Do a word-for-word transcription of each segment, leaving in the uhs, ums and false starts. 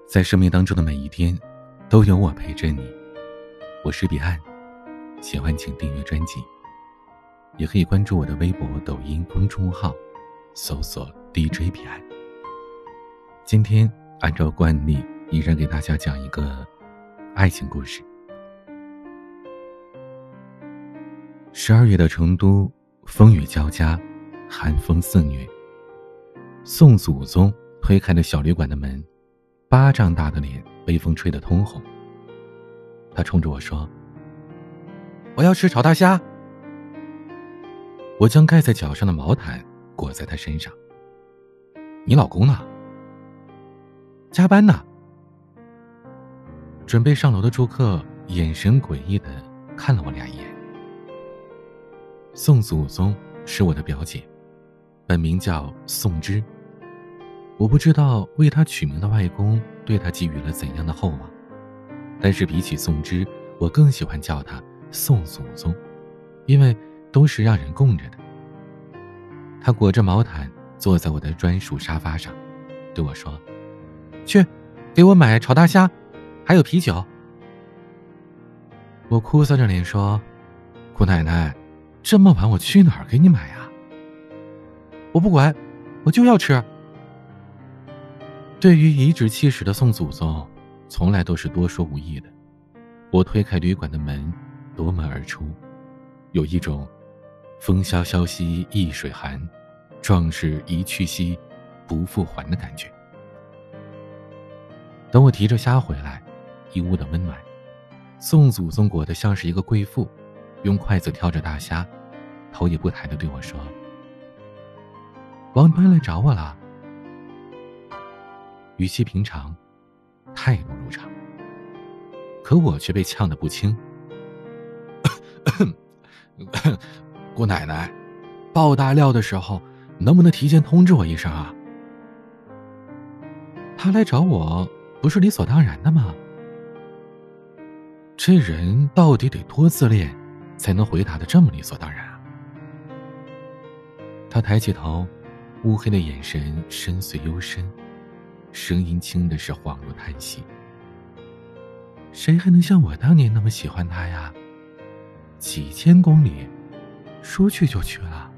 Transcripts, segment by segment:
在生命当中的每一天，都有我陪着你。我是彼岸，喜欢请订阅专辑，也可以关注我的微博、抖音公众号，搜索 D J 彼岸。今天按照惯例，依然给大家讲一个爱情故事。十二月的成都，风雨交加，寒风肆虐。宋祖宗推开了小旅馆的门，巴掌大的脸被风吹得通红。他冲着我说：“我要吃炒大虾。”我将盖在脚上的毛毯裹在他身上。你老公呢？加班呢。准备上楼的住客眼神诡异地看了我俩一眼。宋祖宗是我的表姐，本名叫宋芝。我不知道为她取名的外公对她寄予了怎样的厚望，但是比起宋芝，我更喜欢叫她宋祖宗，因为都是让人供着的。她裹着毛毯坐在我的专属沙发上，对我说：“去，给我买炒大虾，还有啤酒。”我哭丧着脸说：“姑奶奶，这么晚我去哪儿给你买啊？”“我不管，我就要吃。”对于颐指气使的宋祖宗，从来都是多说无益的。我推开旅馆的门，夺门而出，有一种风萧萧兮易水寒，壮士一去兮不复还的感觉。等我提着虾回来，一屋的温暖，宋祖宗裹得像是一个贵妇，用筷子挑着大虾，头也不抬地对我说：“王班来找我了。”语气平常，态度如常，可我却被呛得不轻。姑奶奶，爆大料的时候能不能提前通知我一声啊？他来找我不是理所当然的吗？这人到底得多自恋才能回答得这么理所当然啊？他抬起头，乌黑的眼神深邃幽深，声音轻的是恍如叹息。谁还能像我当年那么喜欢他呀？几千公里，说去就去了。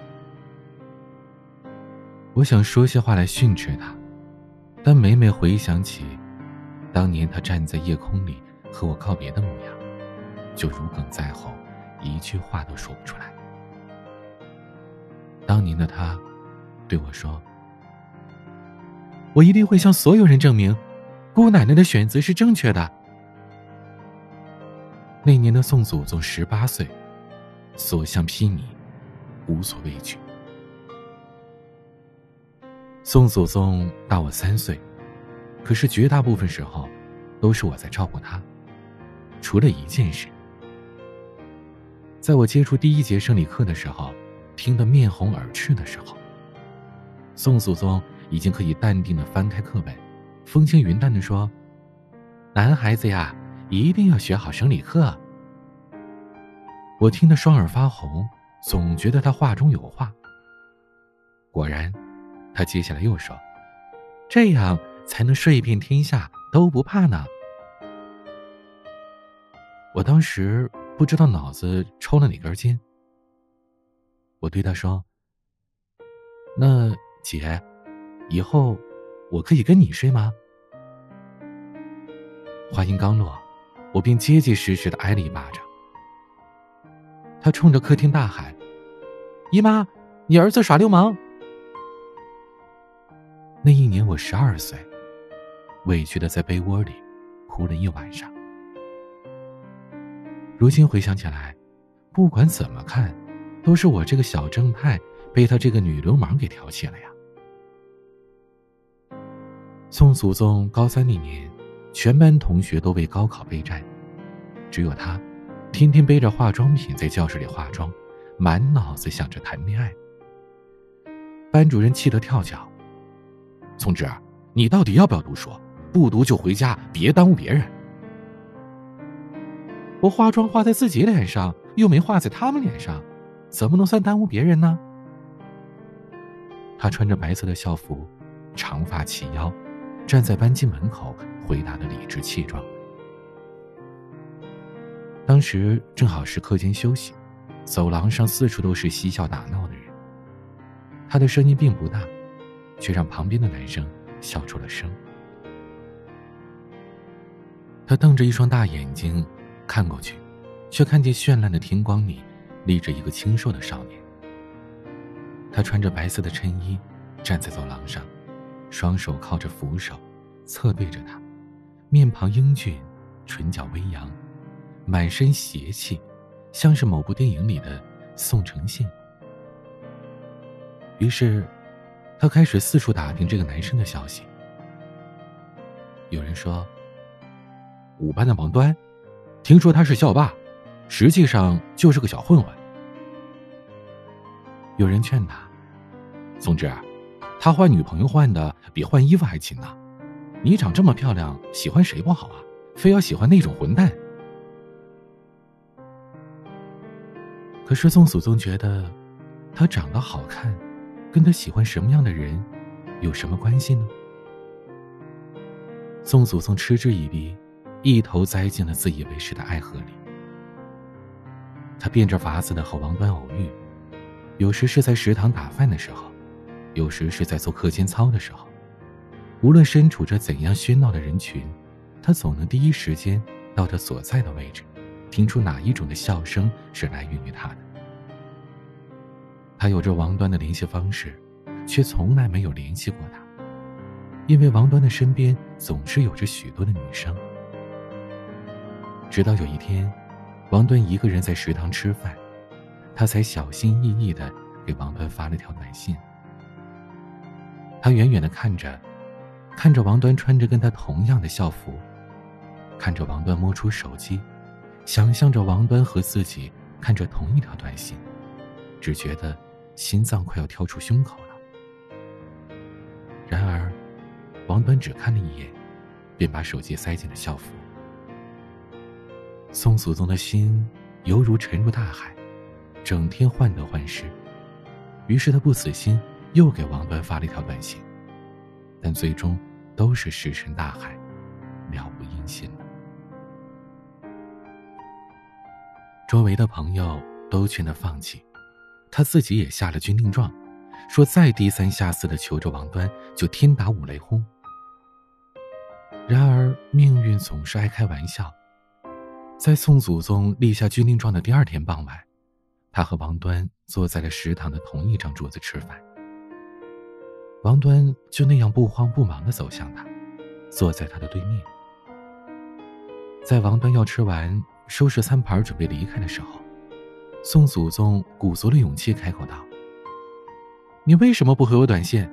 我想说些话来训斥他，但每每回想起当年他站在夜空里和我告别的模样，就如鲠在喉，一句话都说不出来。当年的他对我说：“我一定会向所有人证明，姑奶奶的选择是正确的。”那年的宋祖宗十八岁，所向披靡，无所畏惧。宋祖宗大我三岁，可是绝大部分时候都是我在照顾他，除了一件事。在我接触第一节生理课的时候，听得面红耳赤的时候，宋祖宗已经可以淡定地翻开课本，风轻云淡地说：“男孩子呀，一定要学好生理课。”我听得双耳发红，总觉得他话中有话。果然，他接下来又说：“这样才能睡遍天下都不怕呢。”我当时不知道脑子抽了哪根筋。我对他说：“那姐，以后我可以跟你睡吗？”话音刚落，我便结结实实地挨了一巴掌。他冲着客厅大喊：“姨妈，你儿子耍流氓！”那一年我十二岁，委屈地在被窝里哭了一晚上。如今回想起来，不管怎么看，都是我这个小正太被他这个女流氓给调戏了呀。宋祖宗高三那年，全班同学都为高考备战，只有他天天背着化妆品在教室里化妆，满脑子想着谈恋爱。班主任气得跳脚：“宗芝，你到底要不要读书？不读就回家，别耽误别人。”我化妆画在自己脸上，又没画在他们脸上，怎么能算耽误别人呢？他穿着白色的校服，长发齐腰， 站在班级门口回答得理直气壮。当时正好是课间休息，走廊上四处都是嬉笑打闹的人。他的声音并不大，却让旁边的男生笑出了声。他瞪着一双大眼睛看过去，却看见绚烂的天光里立着一个清瘦的少年。他穿着白色的衬衣，站在走廊上，双手靠着扶手，侧对着他，面庞英俊，唇角微扬，满身邪气，像是某部电影里的宋承宪。于是他开始四处打听这个男生的消息。有人说，五班的王端，听说他是校霸，实际上就是个小混混。有人劝他，总之他换女朋友换的比换衣服还勤呢，你长这么漂亮，喜欢谁不好啊，非要喜欢那种混蛋。可是宋祖宗觉得他长得好看跟他喜欢什么样的人有什么关系呢？宋祖宗嗤之以鼻，一头栽进了自以为是的爱河里。他变着法子的和王端偶遇，有时是在食堂打饭的时候，有时是在做课间操的时候。无论身处着怎样喧闹的人群，他总能第一时间到他所在的位置，听出哪一种的笑声是来源于他的。他有着王端的联系方式，却从来没有联系过他，因为王端的身边总是有着许多的女生。直到有一天，王端一个人在食堂吃饭，他才小心翼翼地给王端发了条短信。他远远地看着，看着王端穿着跟他同样的校服，看着王端摸出手机，想象着王端和自己看着同一条短信，只觉得心脏快要跳出胸口了。然而王端只看了一眼，便把手机塞进了校服。宋祖宗的心犹如沉入大海，整天患得患失。于是他不死心，又给王端发了一条短信，但最终都是石沉大海，了无音信了。周围的朋友都劝他放弃，他自己也下了军令状，说再低三下四的求着王端就天打五雷轰。然而命运总是爱开玩笑，在宋祖宗立下军令状的第二天傍晚，他和王端坐在了食堂的同一张桌子吃饭。王端就那样不慌不忙地走向他，坐在他的对面。在王端要吃完收拾餐盘准备离开的时候，宋祖宗鼓足了勇气开口道，你为什么不回我短信？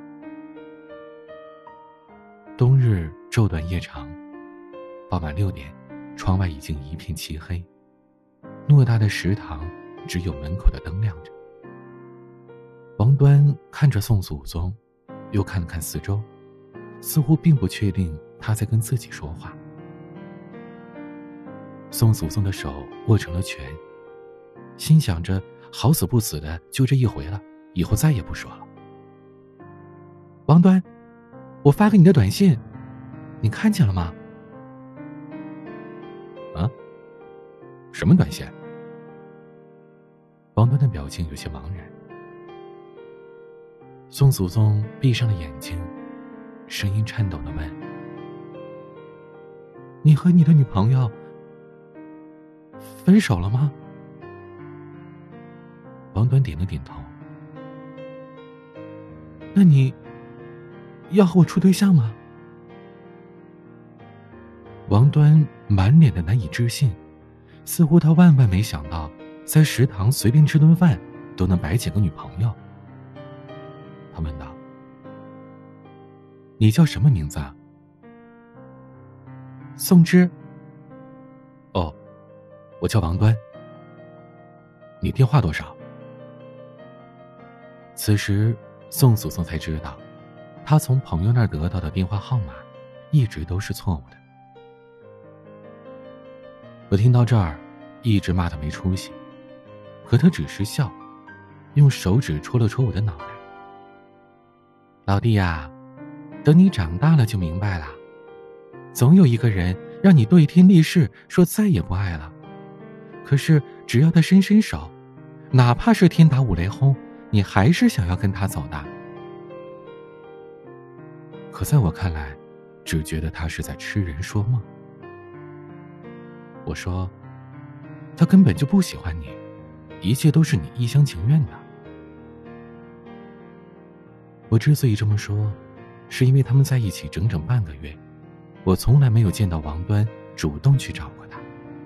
冬日昼短夜长，傍晚六点，窗外已经一片漆黑，偌大的食堂只有门口的灯亮着。王端看着宋祖宗，又看了看四周，似乎并不确定他在跟自己说话。宋祖宗的手握成了拳，心想着好死不死的就这一回了，以后再也不说了。王端，我发给你的短信，你看见了吗？啊？什么短信？王端的表情有些茫然。宋祖宗闭上了眼睛，声音颤抖地问，你和你的女朋友分手了吗？王端点了点头。那你要和我处对象吗？王端满脸的难以置信，似乎他万万没想到在食堂随便吃顿饭都能白捡个女朋友。他问道，你叫什么名字啊？宋之。哦，我叫王端。你电话多少？此时宋祖宗才知道，他从朋友那儿得到的电话号码一直都是错误的。我听到这儿一直骂他没出息，可他只是笑，用手指戳了戳我的脑袋。老弟呀，等你长大了就明白了。 总有一个人让你对天立誓说再也不爱了，可是只要他伸伸手，哪怕是天打五雷轰，你还是想要跟他走的。可在我看来，只觉得他是在痴人说梦。我说，他根本就不喜欢你，一切都是你一厢情愿的。我之所以这么说，是因为他们在一起整整半个月，我从来没有见到王端主动去找过他。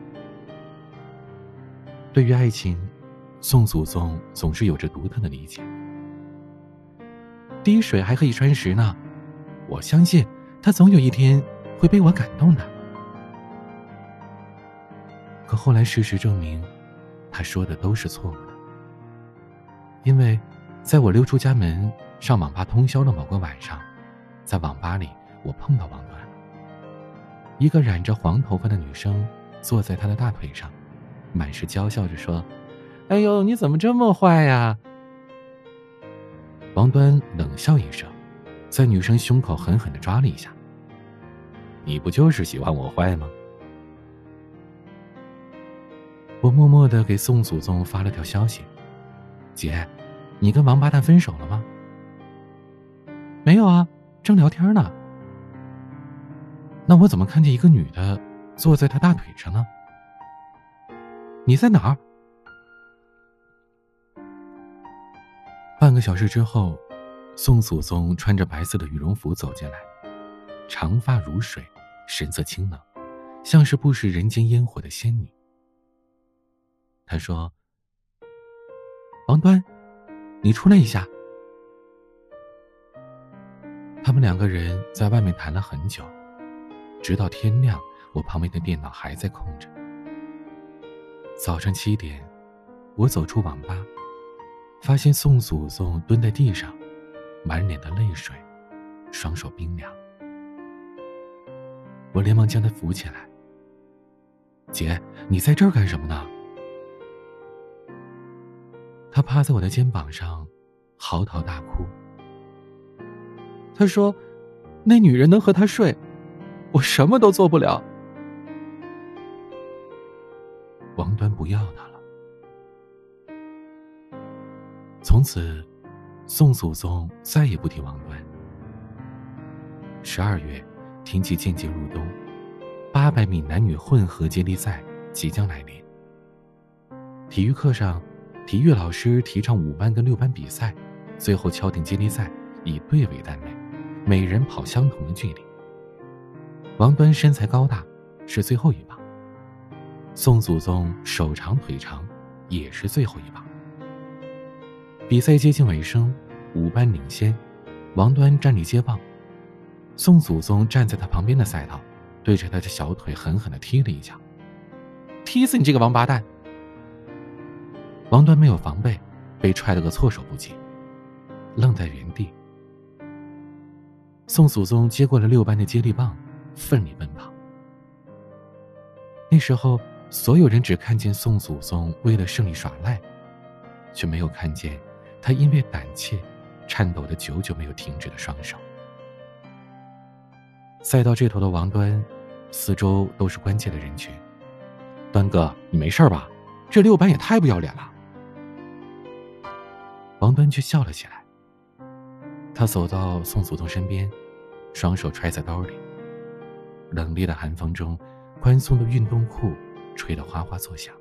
对于爱情，宋祖宗总是有着独特的理解。滴水还可以穿石呢，我相信他总有一天会被我感动的。可后来事实证明，他说的都是错误的。因为在我溜出家门上网吧通宵的某个晚上，在网吧里我碰到王端了。一个染着黄头发的女生坐在他的大腿上，满是娇笑着说：“哎呦，你怎么这么坏呀？”王端冷笑一声，在女生胸口狠狠地抓了一下：“你不就是喜欢我坏吗？”我默默地给宋祖宗发了条消息：“姐，你跟王八蛋分手了吗？”“没有啊，正聊天呢。”“那我怎么看见一个女的坐在他大腿上呢？”“你在哪儿？”半个小时之后，宋祖宗穿着白色的羽绒服走进来，长发如水，神色清冷，像是不食人间烟火的仙女。他说：“王端，你出来一下。”他们两个人在外面谈了很久，直到天亮，我旁边的电脑还在空着。早上七点，我走出网吧，发现宋祖宗蹲在地上，满脸的泪水，双手冰凉。我连忙将他扶起来：“姐，你在这儿干什么呢？”他趴在我的肩膀上，嚎啕大哭。他说：“那女人能和他睡，我什么都做不了。”王端不要他了。从此，宋祖宗再也不提王端。十二月，天气渐渐入冬，八百米男女混合接力赛即将来临。体育课上，体育老师提倡五班跟六班比赛，最后敲定接力赛，以队为单位，每人跑相同的距离。王端身材高大，是最后一棒。宋祖宗手长腿长，也是最后一棒。比赛接近尾声，五班领先，王端站立接棒，宋祖宗站在他旁边的赛道，对着他的小腿狠狠地踢了一脚：“踢死你这个王八蛋！”王端没有防备，被踹了个措手不及，愣在原地。宋祖宗接过了六班的接力棒，奋力奔跑。那时候，所有人只看见宋祖宗为了胜利耍赖，却没有看见他因为胆怯，颤抖的久久没有停止的双手。赛道这头的王端，四周都是关切的人群。“端哥，你没事吧？这六班也太不要脸了。”王端却笑了起来。他走到宋祖宗身边，双手揣在兜里。冷冽的寒风中，宽松的运动裤吹得哗哗作响。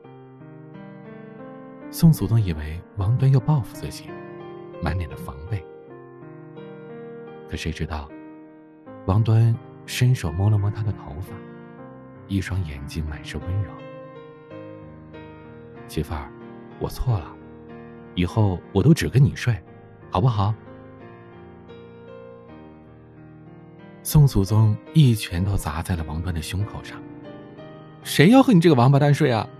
宋祖宗以为王端要报复自己，满脸的防备。可谁知道，王端伸手摸了摸他的头发，一双眼睛满是温柔。“媳妇儿，我错了，以后我都只跟你睡，好不好？”宋祖宗一拳头砸在了王端的胸口上：“谁要和你这个王八蛋睡啊？”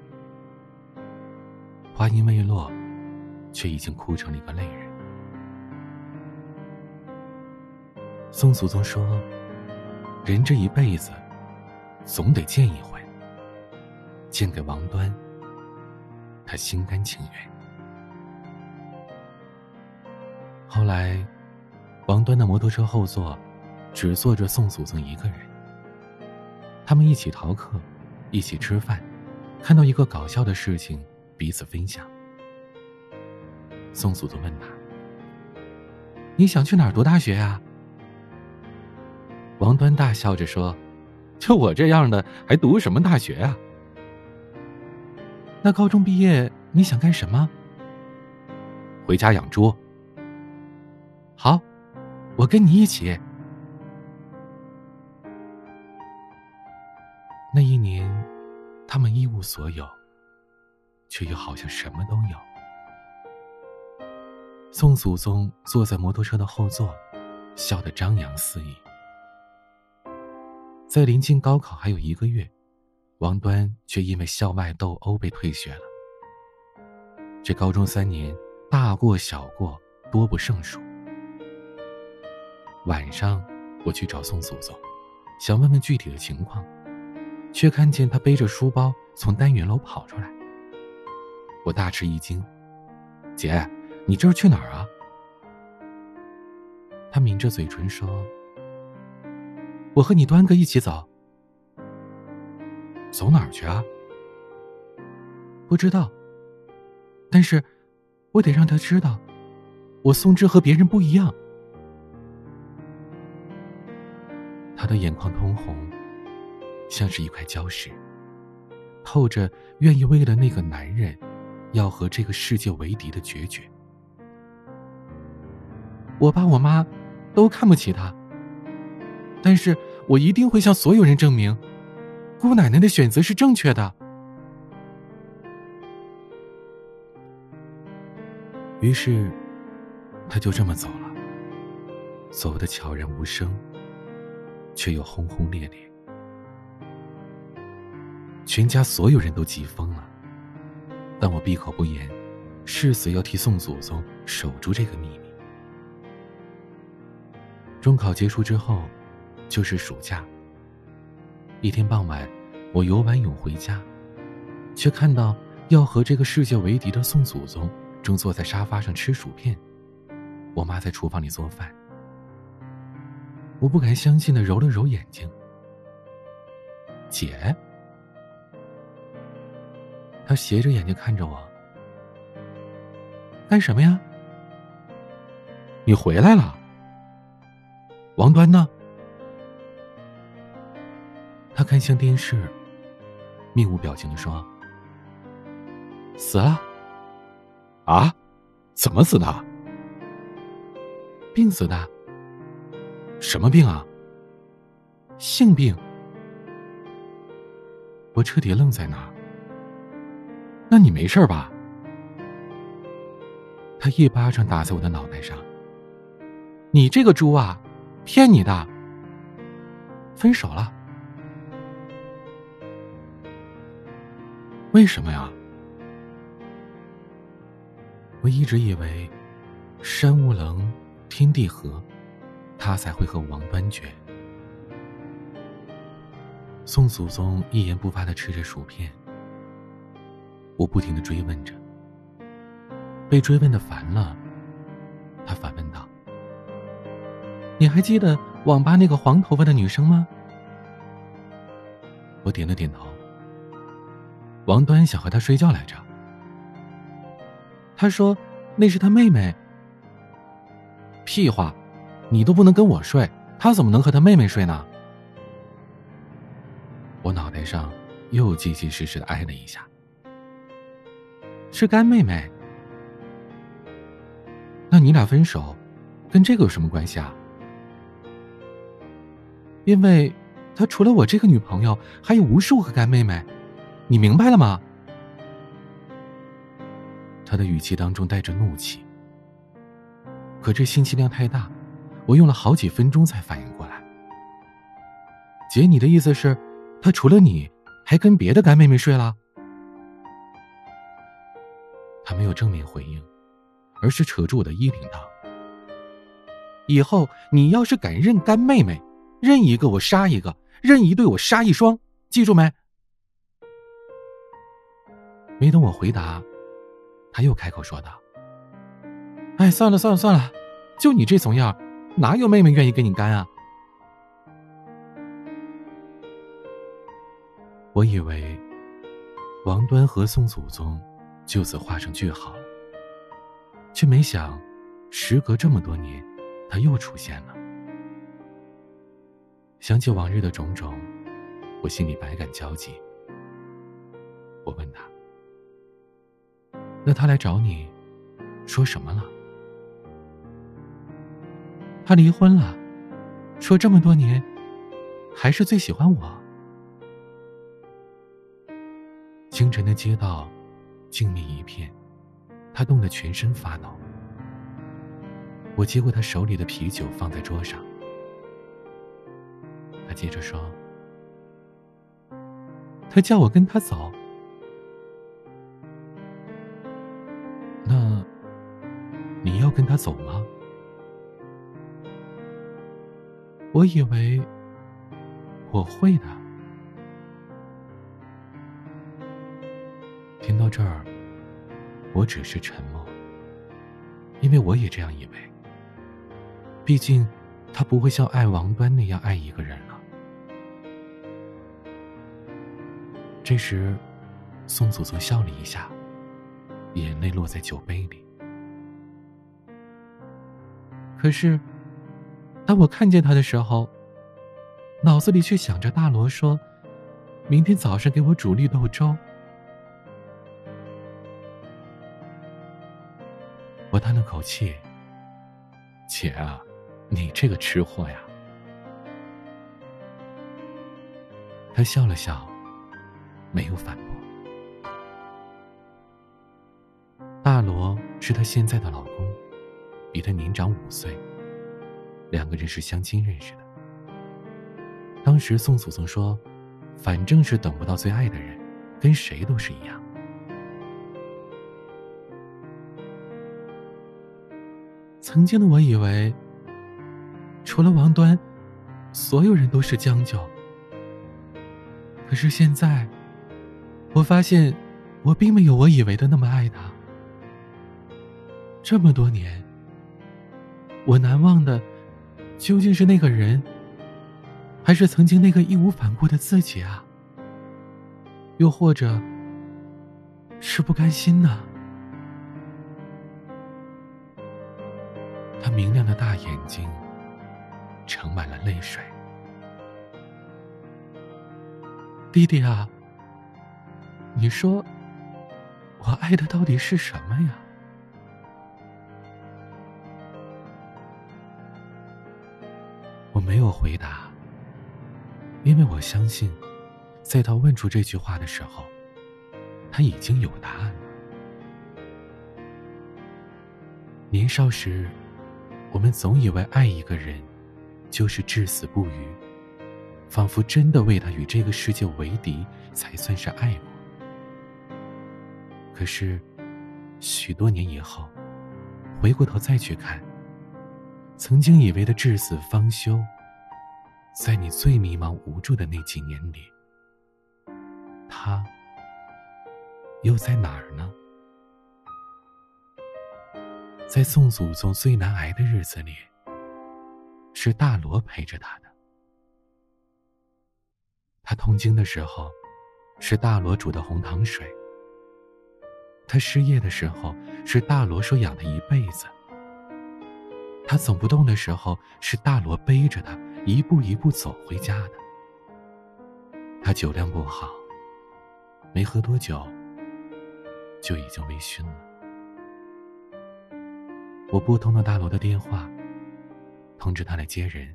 话音未落，却已经哭成了一个泪人。宋祖宗说：“人这一辈子，总得见一回。见给王端，他心甘情愿。”后来，王端的摩托车后座只坐着宋祖宗一个人， 他们一起逃课，一起吃饭，看到一个搞笑的事情，彼此分享。宋祖宗问他：你想去哪儿读大学呀？王端大笑着说：就我这样的还读什么大学啊？那高中毕业你想干什么？回家养猪。好，我跟你一起。那一年，他们一无所有，却又好像什么都有。宋祖宗坐在摩托车的后座，笑得张扬肆意。在临近高考还有一个月，王端却因为校外斗殴被退学了。这高中三年，大过小过，多不胜数。晚上，我去找宋祖宗，想问问具体的情况，却看见他背着书包从单元楼跑出来。我大吃一惊：姐，你这是去哪儿啊？他抿着嘴唇说：我和你端哥一起走。走哪儿去啊？不知道，但是我得让他知道，我宋芝和别人不一样。他的眼眶通红，像是一块礁石，透着愿意为了那个男人要和这个世界为敌的决绝。我爸我妈都看不起他，但是我一定会向所有人证明，姑奶奶的选择是正确的。于是他就这么走了，走得悄然无声，却又轰轰烈烈。全家所有人都急疯了，但我闭口不言，誓死要替宋祖宗守住这个秘密。中考结束之后，就是暑假。一天傍晚，我游完泳回家，却看到要和这个世界为敌的宋祖宗正坐在沙发上吃薯片，我妈在厨房里做饭。我不敢相信地揉了揉眼睛。姐？她斜着眼睛看着我。干什么呀？你回来了。王端呢？他看向电视，面无表情地说：死了。啊？怎么死的？病死的。什么病啊？性病。我彻底愣在那儿。那你没事吧？他一巴掌打在我的脑袋上。你这个猪啊，骗你的。分手了。为什么呀？我一直以为山无棱，天地合，他才会和王端决。宋祖宗一言不发地吃着薯片，我不停地追问着。被追问的烦了，他反问道：你还记得网吧那个黄头发的女生吗？我点了点头。王端想和她睡觉来着。他说那是他妹妹。屁话，你都不能跟我睡，他怎么能和他妹妹睡呢？我脑袋上又结结实实的挨了一下。是干妹妹。那你俩分手跟这个有什么关系啊？因为他除了我这个女朋友还有无数个干妹妹，你明白了吗？他的语气当中带着怒气，可这信息量太大，我用了好几分钟才反应过来。姐，你的意思是他除了你还跟别的干妹妹睡了？他没有正面回应，而是扯住我的衣领道：以后你要是敢认干妹妹，认一个我杀一个，认一对我杀一双，记住没？没等我回答，他又开口说道：哎，算了算了算了，就你这怂样，哪有妹妹愿意跟你干啊？ 我以为王端和宋祖宗就此画上句号，却没想时隔这么多年他又出现了。想起往日的种种，我心里百感交集。我问他，那他来找你说什么了？他离婚了，说这么多年还是最喜欢我。清晨的街道静谧一片，他冻得全身发抖。我接过他手里的啤酒放在桌上，他接着说，他叫我跟他走。那你要跟他走吗？我以为我会的。听到这儿，我只是沉默，因为我也这样以为。毕竟他不会像爱王端那样爱一个人了。这时宋祖宗笑了一下，眼泪落在酒杯里。可是当我看见他的时候，脑子里却想着大罗说明天早上给我煮绿豆粥。我叹了口气，姐啊，你这个吃货呀。他笑了笑，没有反驳。大罗是他现在的老公，比他年长五岁，两个人是相亲认识的。当时宋祖宗说，反正是等不到最爱的人，跟谁都是一样。曾经的我以为，除了王端，所有人都是将就。可是现在，我发现我并没有我以为的那么爱他。这么多年，我难忘的究竟是那个人，还是曾经那个义无反顾的自己啊？又或者是不甘心呢？他明亮的大眼睛盛满了泪水。弟弟啊，你说我爱的到底是什么呀？我没有回答，因为我相信在他问出这句话的时候，他已经有答案了。年少时，我们总以为爱一个人就是至死不渝，仿佛真的为他与这个世界为敌才算是爱过。可是许多年以后，回过头再去看，曾经以为的至死方休，在你最迷茫无助的那几年里，他又在哪儿呢？在宋祖宗最难挨的日子里，是大罗陪着他的。他痛经的时候，是大罗煮的红糖水；他失业的时候，是大罗说养他一辈子；他走不动的时候，是大罗背着他一步一步走回家的。他酒量不好，没喝多久就已经微醺了。我拨通了大罗的电话，通知他来接人。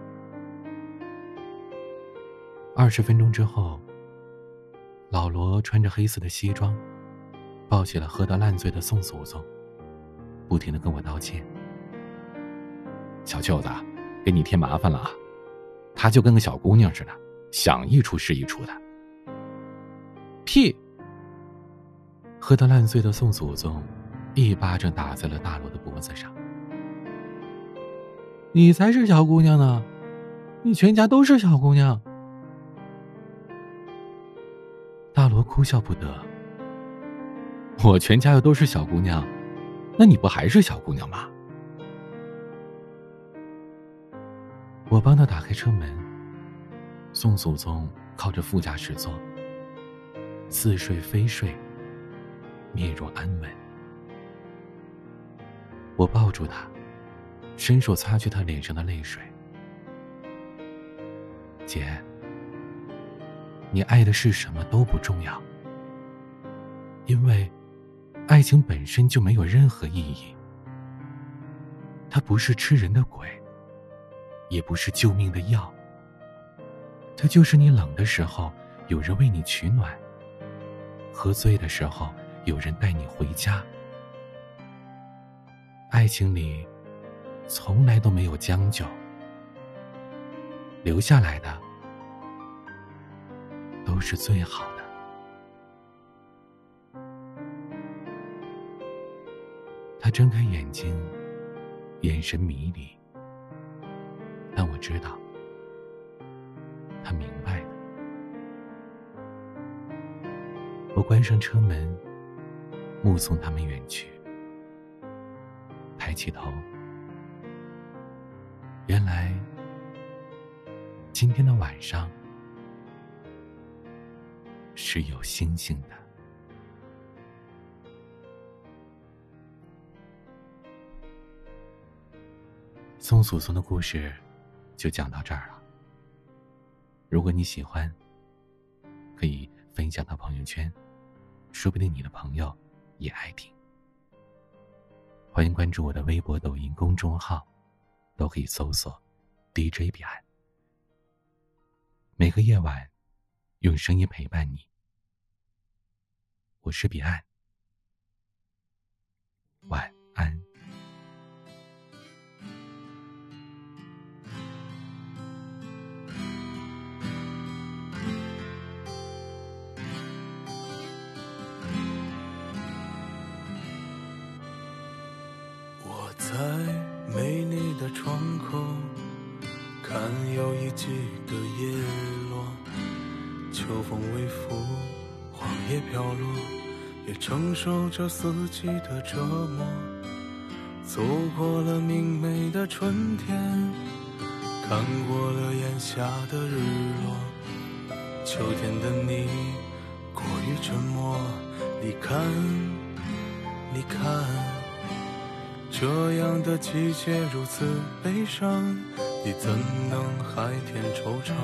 二十分钟之后，老罗穿着黑色的西装，抱起了喝得烂醉的宋祖宗，不停地跟我道歉。小舅子，给你添麻烦了啊！她就跟个小姑娘似的，想一出是一出的。屁！喝得烂醉的宋祖宗一巴掌打在了大罗的脖子上。你才是小姑娘呢，你全家都是小姑娘。大罗哭笑不得。我全家又都是小姑娘，那你不还是小姑娘吗？我帮他打开车门，宋祖宗靠着副驾驶座， 似睡非睡，面若安稳。我抱住他，伸手擦去他脸上的泪水。姐，你爱的是什么都不重要，因为爱情本身就没有任何意义。它不是吃人的鬼，也不是救命的药，它就是你冷的时候有人为你取暖，喝醉的时候有人带你回家。爱情里从来都没有将就，留下来的都是最好的。他睁开眼睛，眼神迷离，但我知道他明白的。我关上车门，目送他们远去。抬起头，原来今天的晚上是有星星的。宋祖宗的故事就讲到这儿了。如果你喜欢，可以分享到朋友圈，说不定你的朋友也爱听。欢迎关注我的微博、抖音公众号，都可以搜索 D J 彼岸。每个夜晚，用声音陪伴你。我是彼岸，晚安。 在美丽的窗口看有一季的叶落，秋风微拂，黄叶飘落，也承受着四季的折磨。走过了明媚的春天，看过了炎夏的日落，秋天的你过于沉默，你看你看，这样的季节如此悲伤，你怎能海天惆怅？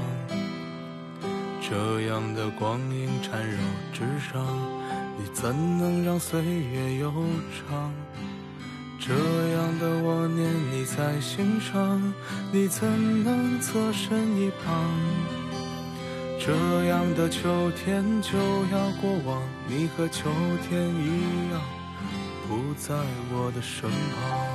这样的光阴缠绕之上，你怎能让岁月悠长？这样的我念你在心上，你怎能侧身一旁？这样的秋天就要过往，你和秋天一样不在我的身旁。